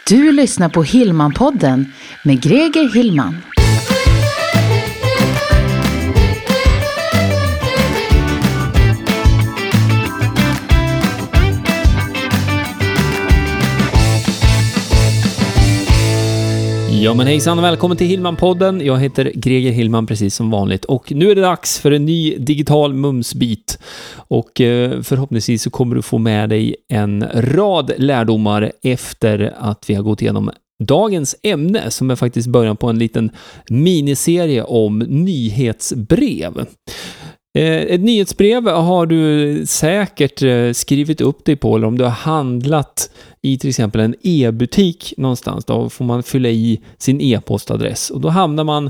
Du lyssnar på Hillman-podden med Greger Hillman. Ja men hejsan och välkommen till Hillman-podden. Jag heter Greger Hillman precis som vanligt. Och nu är det dags för en ny digital mumsbit. Och förhoppningsvis så kommer du få med dig en rad lärdomar efter att vi har gått igenom dagens ämne, som är faktiskt början på en liten miniserie om nyhetsbrev. Ett nyhetsbrev har du säkert skrivit upp dig på, eller om du har handlat i till exempel en e-butik någonstans, då får man fylla i sin e-postadress och då hamnar man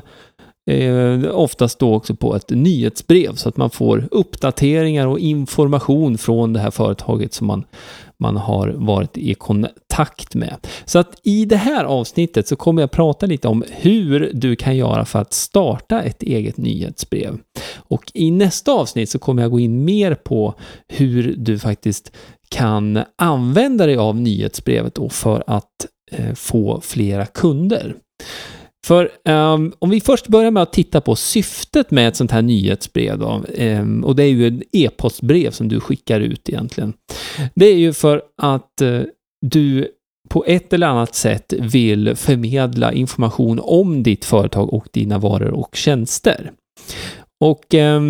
oftast då också på ett nyhetsbrev, så att man får uppdateringar och information från det här företaget som man har varit i kontakt med. Så att i det här avsnittet så kommer jag prata lite om hur du kan göra för att starta ett eget nyhetsbrev. Och i nästa avsnitt så kommer jag gå in mer på hur du faktiskt kan använda dig av nyhetsbrevet då för att få flera kunder. För om vi först börjar med att titta på syftet med ett sånt här nyhetsbrev då, och det är ju ett e-postbrev som du skickar ut egentligen. Det är ju för att du på ett eller annat sätt vill förmedla information om ditt företag och dina varor och tjänster. Och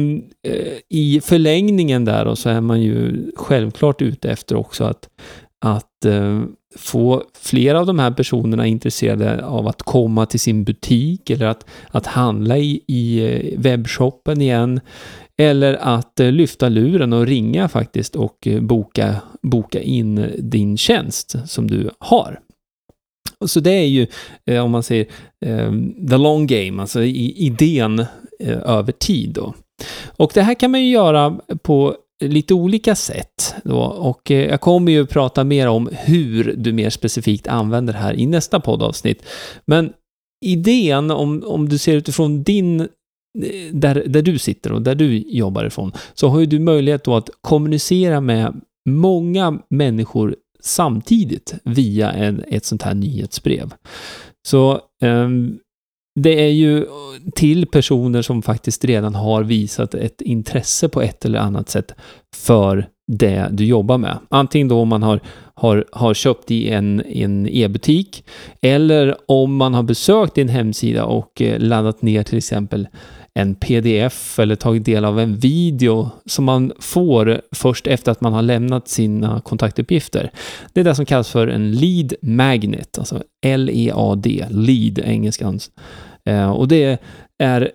i förlängningen där då, så är man ju självklart ute efter också att få flera av de här personerna intresserade av att komma till sin butik, eller att handla i webbshoppen igen, eller att lyfta luren och ringa faktiskt och boka in din tjänst som du har. Och så det är ju, om man säger the long game, alltså idén över tid då. Och det här kan man ju göra på lite olika sätt då, och jag kommer ju prata mer om hur du mer specifikt använder det här i nästa poddavsnitt. Men idén, om du ser utifrån där du sitter och där du jobbar ifrån, så har ju du möjlighet då att kommunicera med många människor samtidigt via ett sånt här nyhetsbrev. Så det är ju till personer som faktiskt redan har visat ett intresse på ett eller annat sätt för det du jobbar med. Antingen då om man har köpt i en e-butik, eller om man har besökt din hemsida och laddat ner till exempel en pdf eller tagit del av en video som man får först efter att man har lämnat sina kontaktuppgifter. Det är det som kallas för en lead magnet, alltså L-E-A-D, lead engelskans. Och det är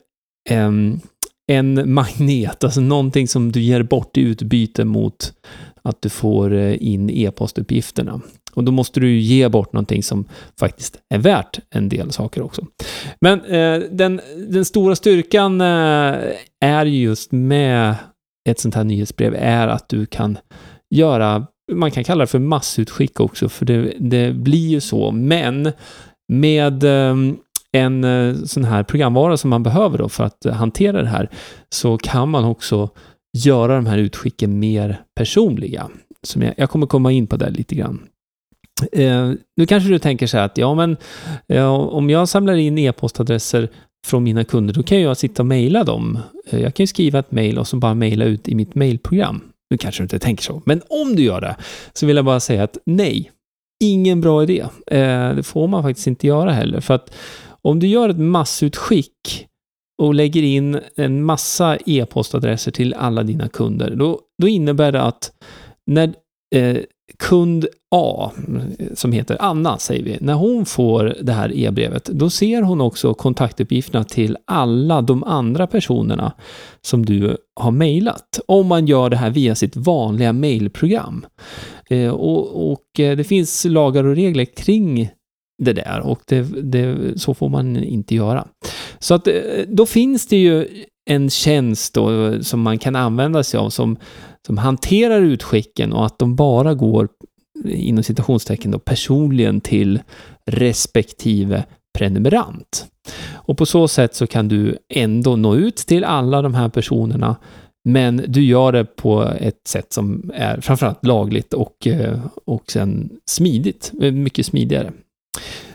en magnet, alltså någonting som du ger bort i utbyte mot att du får in e-postuppgifterna. Och då måste du ge bort någonting som faktiskt är värt en del saker också. Men den stora styrkan är just med ett sånt här nyhetsbrev är att du kan göra, man kan kalla det för massutskick också, för det blir ju så. Men med en sån här programvara som man behöver då för att hantera det här, så kan man också göra de här utskicken mer personliga. Som jag kommer komma in på det lite grann. Nu kanske du tänker så här att om jag samlar in e-postadresser från mina kunder, då kan jag sitta och mejla dem. Jag kan ju skriva ett mejl och så bara mejla ut i mitt mejlprogram. Nu kanske du inte tänker så. Men om du gör det, så vill jag bara säga att nej, ingen bra idé. Det får man faktiskt inte göra heller. För att om du gör ett massutskick och lägger in en massa e-postadresser till alla dina kunder, då innebär det att när kund A, som heter Anna säger vi, när hon får det här e-brevet, då ser hon också kontaktuppgifterna till alla de andra personerna som du har mejlat, om man gör det här via sitt vanliga mejlprogram. Och det finns lagar och regler kring det där, och så får man inte göra. Så att då finns det ju en tjänst då, som man kan använda sig av som hanterar utskicken, och att de bara går inom citationstecken då personligen till respektive prenumerant. Och på så sätt så kan du ändå nå ut till alla de här personerna, men du gör det på ett sätt som är framförallt lagligt och sen smidigt, mycket smidigare.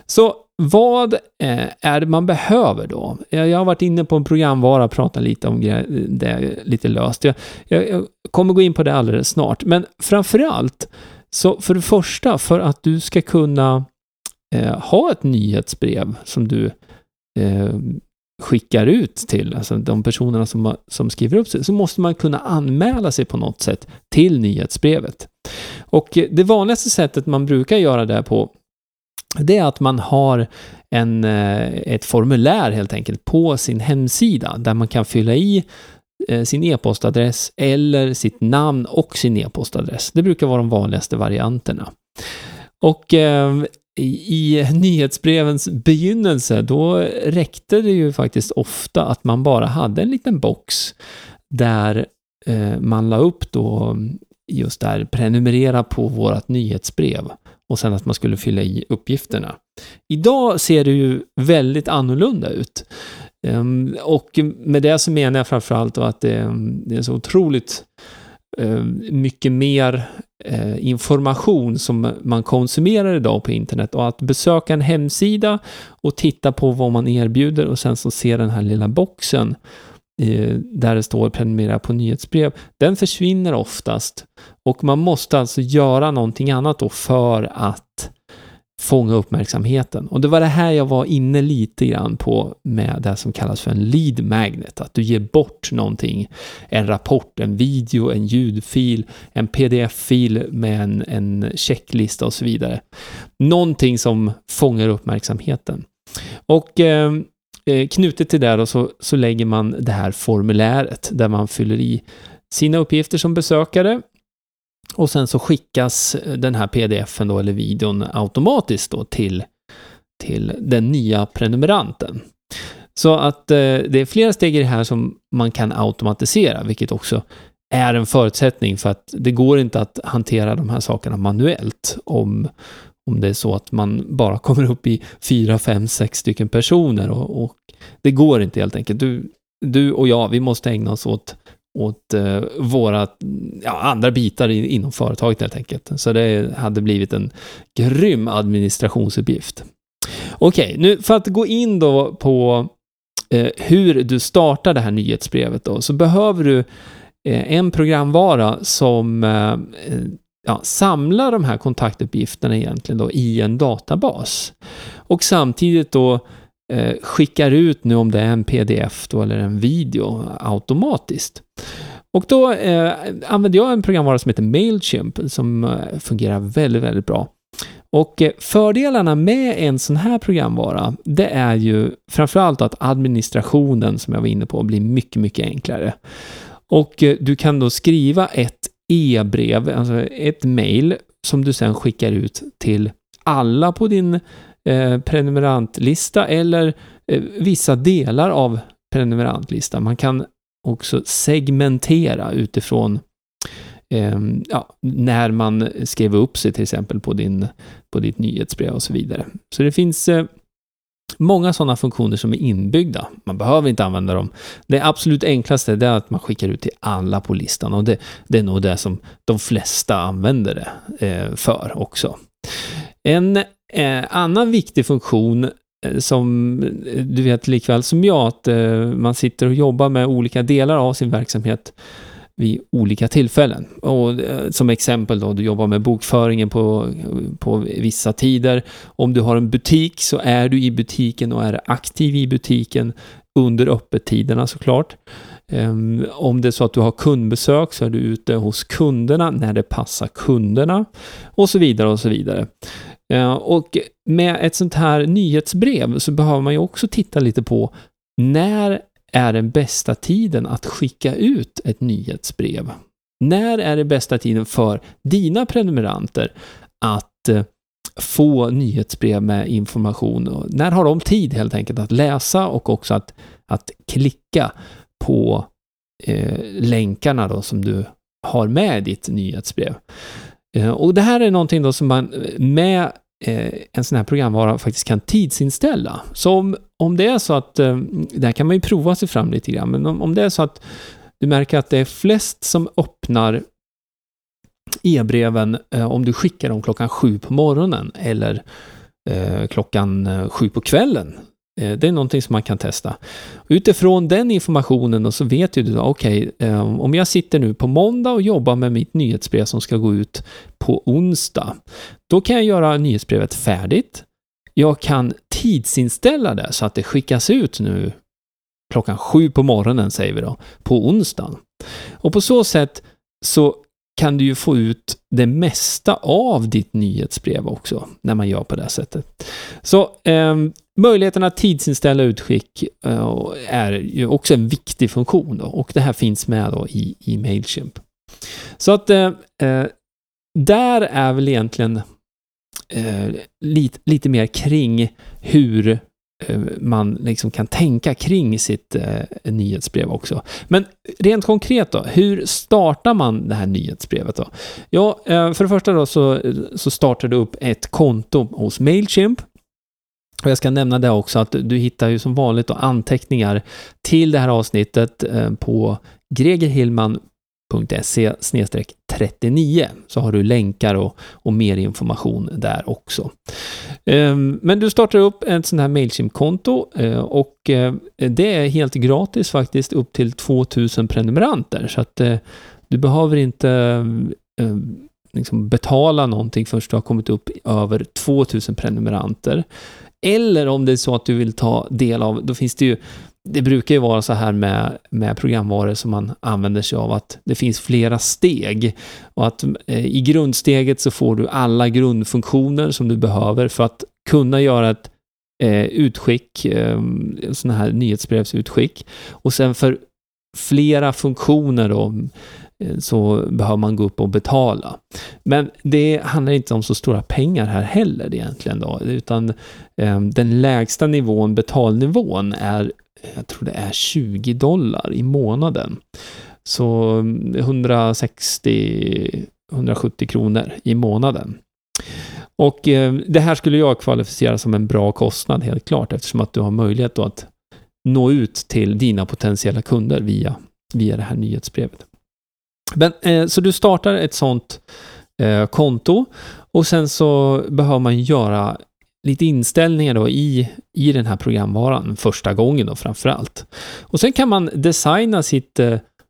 Så vad är det man behöver då? Jag har varit inne på en programvara och pratat lite om det lite löst. Jag kommer gå in på det alldeles snart. Men framförallt, så för det första, för att du ska kunna ha ett nyhetsbrev som du skickar ut till, alltså de personerna som skriver upp sig, så måste man kunna anmäla sig på något sätt till nyhetsbrevet. Och det vanligaste sättet man brukar göra det på, det är att man har ett formulär helt enkelt på sin hemsida där man kan fylla i sin e-postadress eller sitt namn och sin e-postadress. Det brukar vara de vanligaste varianterna. Och i nyhetsbrevens begynnelse, då räckte det ju faktiskt ofta att man bara hade en liten box där man la upp då just där prenumerera på vårat nyhetsbrev och sen att man skulle fylla i uppgifterna. Idag ser det ju väldigt annorlunda ut. Och med det så menar jag framförallt att det är så otroligt mycket mer information som man konsumerar idag på internet, och att besöka en hemsida och titta på vad man erbjuder och sen så se den här lilla boxen där det står prenumerera på nyhetsbrev, den försvinner oftast, och man måste alltså göra någonting annat då för att fånga uppmärksamheten. Och det var det här jag var inne lite grann på med det som kallas för en lead magnet, att du ger bort någonting, en rapport, en video, en ljudfil, en pdf-fil med en checklista och så vidare. Någonting som fångar uppmärksamheten. Och knutet till det då så lägger man det här formuläret där man fyller i sina uppgifter som besökare, och sen så skickas den här pdf-en då, eller videon, automatiskt då till den nya prenumeranten. Så att det är flera steg i det här som man kan automatisera, vilket också är en förutsättning, för att det går inte att hantera de här sakerna manuellt om det är så att man bara kommer upp i 4, 5, 6 stycken personer, och det går inte helt enkelt. Du och jag, vi måste ägna oss åt våra andra bitar inom företaget helt enkelt. Så det hade blivit en grym administrationsuppgift. Okej, nu för att gå in då på hur du startar det här nyhetsbrevet då, så behöver du en programvara som samlar de här kontaktuppgifterna egentligen då i en databas, och samtidigt då skickar ut nu om det är en pdf då eller en video automatiskt. Och då använder jag en programvara som heter Mailchimp som fungerar väldigt, väldigt bra. Och fördelarna med en sån här programvara, det är ju framförallt att administrationen som jag var inne på blir mycket, mycket enklare. Och du kan då skriva ett e-brev, alltså ett mail som du sen skickar ut till alla på din prenumerantlista eller vissa delar av prenumerantlistan. Man kan också segmentera utifrån när man skrev upp sig till exempel på ditt nyhetsbrev och så vidare. Så det finns många sådana funktioner som är inbyggda. Man behöver inte använda dem. Det absolut enklaste är att man skickar ut till alla på listan, och det är nog det som de flesta använder det för också. En annan viktig funktion som du vet likväl som jag, att man sitter och jobbar med olika delar av sin verksamhet vid olika tillfällen. Och som exempel då, du jobbar med bokföringen på vissa tider. Om du har en butik så är du i butiken och är aktiv i butiken under öppettiderna såklart. Om det är så att du har kundbesök så är du ute hos kunderna när det passar kunderna och så vidare och så vidare. Och med ett sånt här nyhetsbrev så behöver man ju också titta lite på när är den bästa tiden att skicka ut ett nyhetsbrev. När är det bästa tiden för dina prenumeranter att få nyhetsbrev med information? Och när har de tid helt enkelt att läsa och också att klicka på länkarna då som du har med ditt nyhetsbrev? Och det här är någonting då som man med en sån här programvara faktiskt kan tidsinställa. Så om det är så att, där kan man ju prova sig fram lite grann, men om det är så att du märker att det är flest som öppnar e-breven om du skickar dem 7:00 på morgonen eller klockan 7 på kvällen. Det är någonting som man kan testa. Utifrån den informationen och så vet du då, okej, om jag sitter nu på måndag och jobbar med mitt nyhetsbrev som ska gå ut på onsdag, då kan jag göra nyhetsbrevet färdigt. Jag kan tidsinställa det så att det skickas ut nu klockan 7 på morgonen, säger vi då, på onsdagen. Och på så sätt så kan du ju få ut det mesta av ditt nyhetsbrev också när man gör på det sättet. Så möjligheten att tidsinställa utskick är ju också en viktig funktion då, och det här finns med då i Mailchimp. Så att där är väl egentligen lite mer kring hur man liksom kan tänka kring sitt nyhetsbrev också. Men rent konkret då, hur startar man det här nyhetsbrevet då? Ja, för det första då så startar du upp ett konto hos Mailchimp. Och jag ska nämna det också att du hittar ju som vanligt då anteckningar till det här avsnittet på gregerhillman.se/39, så har du länkar och mer information där också. Men du startar upp ett sånt här Mailchimp-konto och det är helt gratis faktiskt upp till 2000 prenumeranter, så att du behöver inte liksom betala någonting först du har kommit upp över 2000 prenumeranter. Eller om det är så att du vill ta del av, då finns det ju, det brukar ju vara så här med programvaror som man använder sig av, att det finns flera steg och att i grundsteget så får du alla grundfunktioner som du behöver för att kunna göra ett utskick, sån här nyhetsbrevsutskick, och sen för flera funktioner då, så behöver man gå upp och betala. Men det handlar inte om så stora pengar här heller egentligen då, utan den lägsta nivån, betalnivån, är, jag tror det är $20 i månaden. Så 160-170 kronor i månaden. Och det här skulle jag kvalificera som en bra kostnad, helt klart, eftersom att du har möjlighet då att nå ut till dina potentiella kunder via det här nyhetsbrevet. Men, så du startar ett sånt konto, och sen så behöver man göra lite inställningar då i den här programvaran första gången då, framförallt. Och sen kan man designa sitt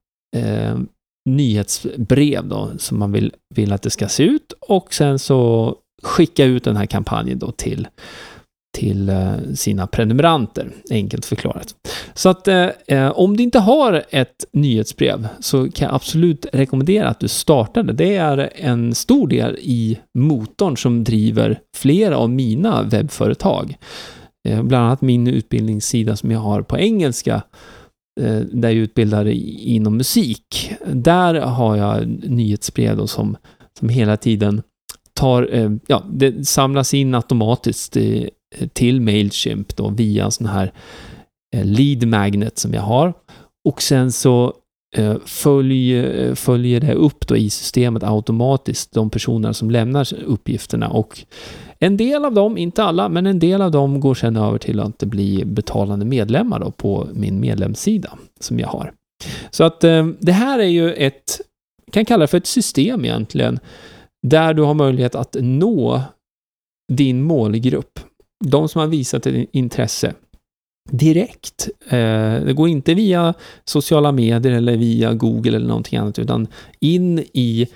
nyhetsbrev då som man vill att det ska se ut, och sen så skicka ut den här kampanjen då till sina prenumeranter, enkelt förklarat. Så att om du inte har ett nyhetsbrev så kan jag absolut rekommendera att du startar det. Det är en stor del i motorn som driver flera av mina webbföretag. Bland annat min utbildningssida som jag har på engelska, där jag utbildar inom musik. Där har jag nyhetsbrev då som hela tiden det samlas in automatiskt till Mailchimp då via sån här lead magnet som jag har, och sen så följer det upp då i systemet automatiskt de personer som lämnar uppgifterna, och en del av dem, inte alla, men en del av dem går sedan över till att bli betalande medlemmar då på min medlemssida som jag har. Så att det här är ju kan kalla det för ett system egentligen, där du har möjlighet att nå din målgrupp, de som har visat ett intresse direkt. Det går inte via sociala medier eller via Google eller någonting annat, utan in i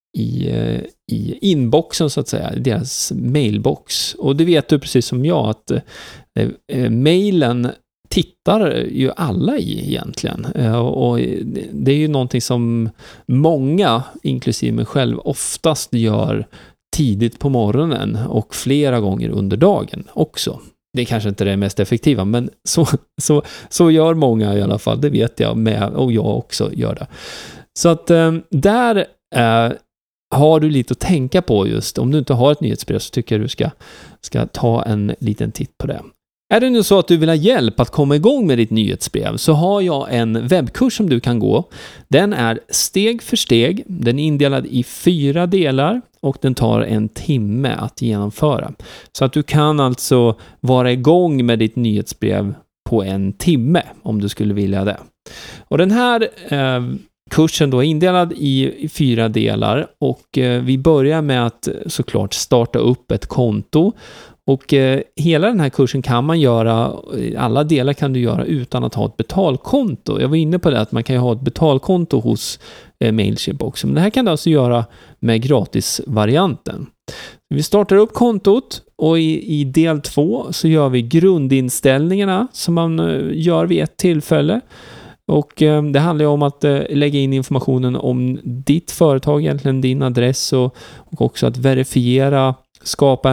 inboxen så att säga, deras mailbox. Och det vet du precis som jag att mailen tittar ju alla i egentligen. Och det är ju någonting som många, inklusive mig själv, oftast gör tidigt på morgonen och flera gånger under dagen också. Det är kanske inte det mest effektiva, men så gör många i alla fall, det vet jag med, och jag också gör det. Så att där har du lite att tänka på just. Om du inte har ett nyhetsbrev så tycker jag du ska ta en liten titt på det. Är det nu så att du vill ha hjälp att komma igång med ditt nyhetsbrev, så har jag en webbkurs som du kan gå. Den är steg för steg. Den är indelad i 4 delar och den tar 1 timme att genomföra. Så att du kan alltså vara igång med ditt nyhetsbrev på 1 timme om du skulle vilja det. Och den här kursen då är indelad i 4 delar och vi börjar med att såklart starta upp ett konto. Och hela den här kursen kan man göra, alla delar kan du göra utan att ha ett betalkonto. Jag var inne på det att man kan ju ha ett betalkonto hos Mailchimp också. Men det här kan du alltså göra med gratisvarianten. Vi startar upp kontot och i del 2 så gör vi grundinställningarna som man gör vid ett tillfälle. Och det handlar ju om att lägga in informationen om ditt företag, egentligen din adress och också att verifiera, skapa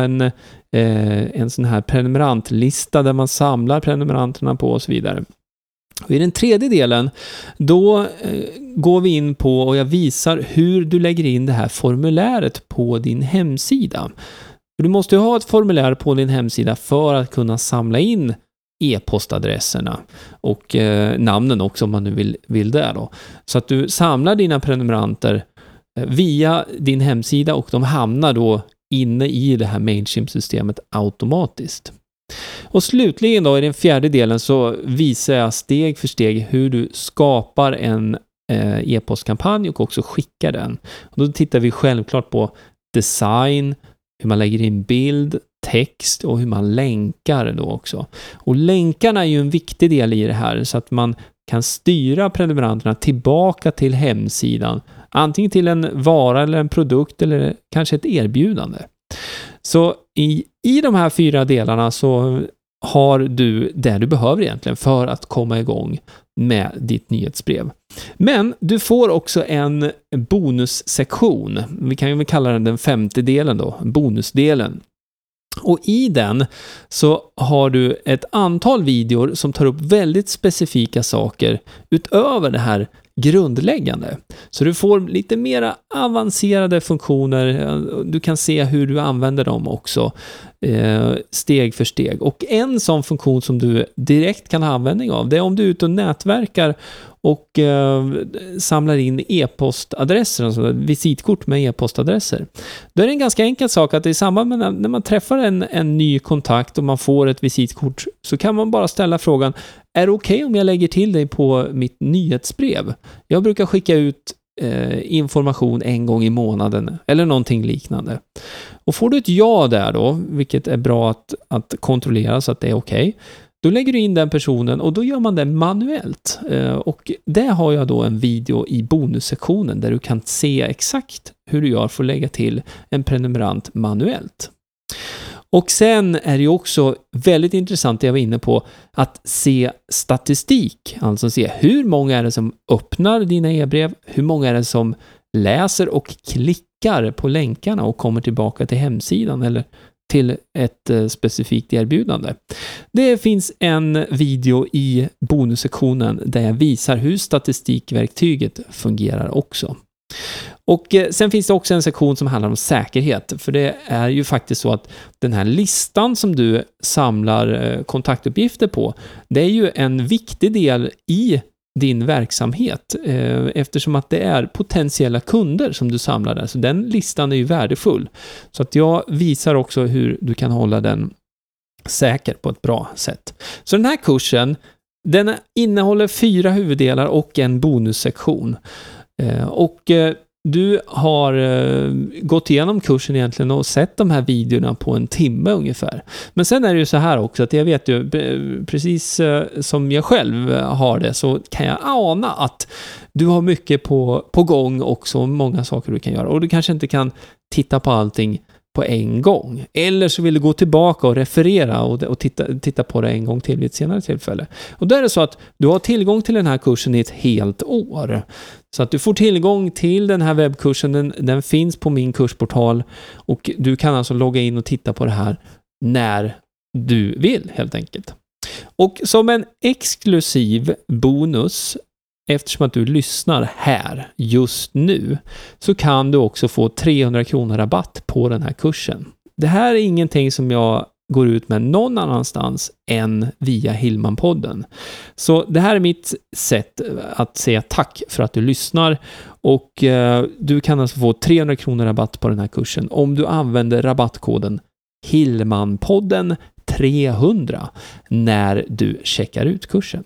en sån här prenumerantlista där man samlar prenumeranterna på och så vidare. Och i den tredje delen då går vi in på och jag visar hur du lägger in det här formuläret på din hemsida. Du måste ju ha ett formulär på din hemsida för att kunna samla in e-postadresserna och namnen också om man nu vill det då. Så att du samlar dina prenumeranter via din hemsida och de hamnar då inne i det här Mailchimp-systemet automatiskt. Och slutligen då i den fjärde delen så visar jag steg för steg hur du skapar en e-postkampanj och också skickar den. Och då tittar vi självklart på design, hur man lägger in bild, text och hur man länkar då också. Och länkarna är ju en viktig del i det här så att man kan styra prenumeranterna tillbaka till hemsidan. Antingen till en vara eller en produkt eller kanske ett erbjudande. Så i de här 4 delarna så har du det du behöver egentligen för att komma igång med ditt nyhetsbrev. Men du får också en bonussektion. Vi kan ju väl kalla den 5:e delen då, bonusdelen. Och i den så har du ett antal videor som tar upp väldigt specifika saker utöver det här grundläggande. Så du får lite mera avancerade funktioner. Du kan se hur du använder dem också steg för steg. Och en sån funktion som du direkt kan ha användning av, det är om du är ute och nätverkar och samlar in e-postadresser, alltså visitkort med e-postadresser. Då är det en ganska enkel sak att i samband med när man träffar en ny kontakt och man får ett visitkort så kan man bara ställa frågan: är det okej om jag lägger till dig på mitt nyhetsbrev? Jag brukar skicka ut information en gång i månaden eller någonting liknande. Och får du ett ja där då, vilket är bra att kontrollera så att det är okej, då lägger du in den personen och då gör man det manuellt. Och det har jag då en video i bonussektionen där du kan se exakt hur du gör för att lägga till en prenumerant manuellt. Och sen är det ju också väldigt intressant, det jag var inne på, att se statistik. Alltså se hur många är det som öppnar dina e-brev, hur många är det som läser och klickar på länkarna och kommer tillbaka till hemsidan eller till ett specifikt erbjudande. Det finns en video i bonussektionen där jag visar hur statistikverktyget fungerar också. Och sen finns det också en sektion som handlar om säkerhet, för det är ju faktiskt så att den här listan som du samlar kontaktuppgifter på, det är ju en viktig del i din verksamhet eftersom att det är potentiella kunder som du samlar där, så den listan är ju värdefull. Så att jag visar också hur du kan hålla den säker på ett bra sätt. Så den här kursen, den innehåller 4 huvuddelar och en bonussektion. Och du har gått igenom kursen egentligen och sett de här videorna på en timme ungefär. Men sen är det ju så här också att jag vet ju, precis som jag själv har det, så kan jag ana att du har mycket på gång också, många saker du kan göra. Och du kanske inte kan titta på allting på en gång. Eller så vill du gå tillbaka och referera och titta på det en gång till vid ett senare tillfälle. Och då är det så att du har tillgång till den här kursen i ett helt år. Så att du får tillgång till den här webbkursen, den finns på min kursportal och du kan alltså logga in och titta på det här när du vill helt enkelt. Och som en exklusiv bonus, eftersom att du lyssnar här just nu, så kan du också få 300 kronor rabatt på den här kursen. Det här är ingenting som jag går ut med någon annanstans än via Hillman-podden. Så det här är mitt sätt att säga tack för att du lyssnar, och du kan alltså få 300 kronor rabatt på den här kursen om du använder rabattkoden Hillman-podden 300 när du checkar ut kursen.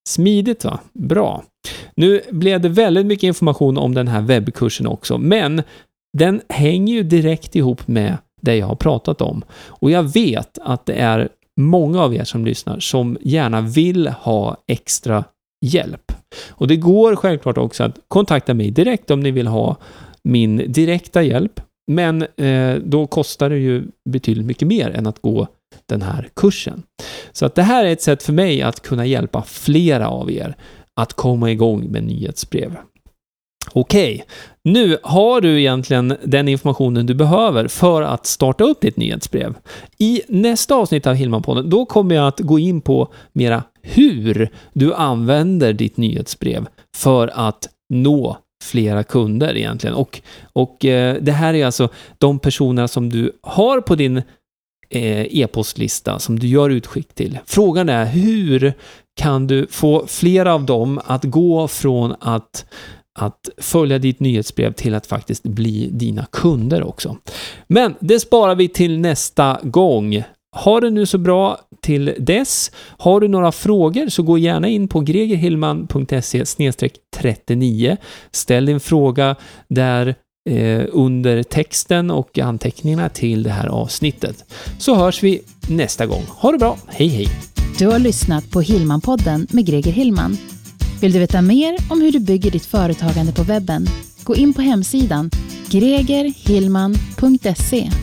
Smidigt va? Bra. Nu blev det väldigt mycket information om den här webbkursen också, men den hänger ju direkt ihop med det jag har pratat om. Och jag vet att det är många av er som lyssnar som gärna vill ha extra hjälp. Och det går självklart också att kontakta mig direkt om ni vill ha min direkta hjälp. Men då kostar det ju betydligt mycket mer än att gå den här kursen. Så att det här är ett sätt för mig att kunna hjälpa flera av er att komma igång med nyhetsbrev. Okej, nu har du egentligen den informationen du behöver för att starta upp ditt nyhetsbrev. I nästa avsnitt av Hillman-podden, då kommer jag att gå in på mera hur du använder ditt nyhetsbrev för att nå flera kunder egentligen. Och det här är alltså de personerna som du har på din e-postlista som du gör utskick till. Frågan är hur kan du få flera av dem att gå från att följa ditt nyhetsbrev till att faktiskt bli dina kunder också. Men det sparar vi till nästa gång. Ha det nu så bra till dess. Har du några frågor så gå gärna in på gregerhillman.se/39. Ställ din fråga där under texten och anteckningarna till det här avsnittet. Så hörs vi nästa gång. Ha det bra. Hej hej. Du har lyssnat på Hillman-podden med Greger Hillman. Vill du veta mer om hur du bygger ditt företagande på webben? Gå in på hemsidan gregerhillman.se.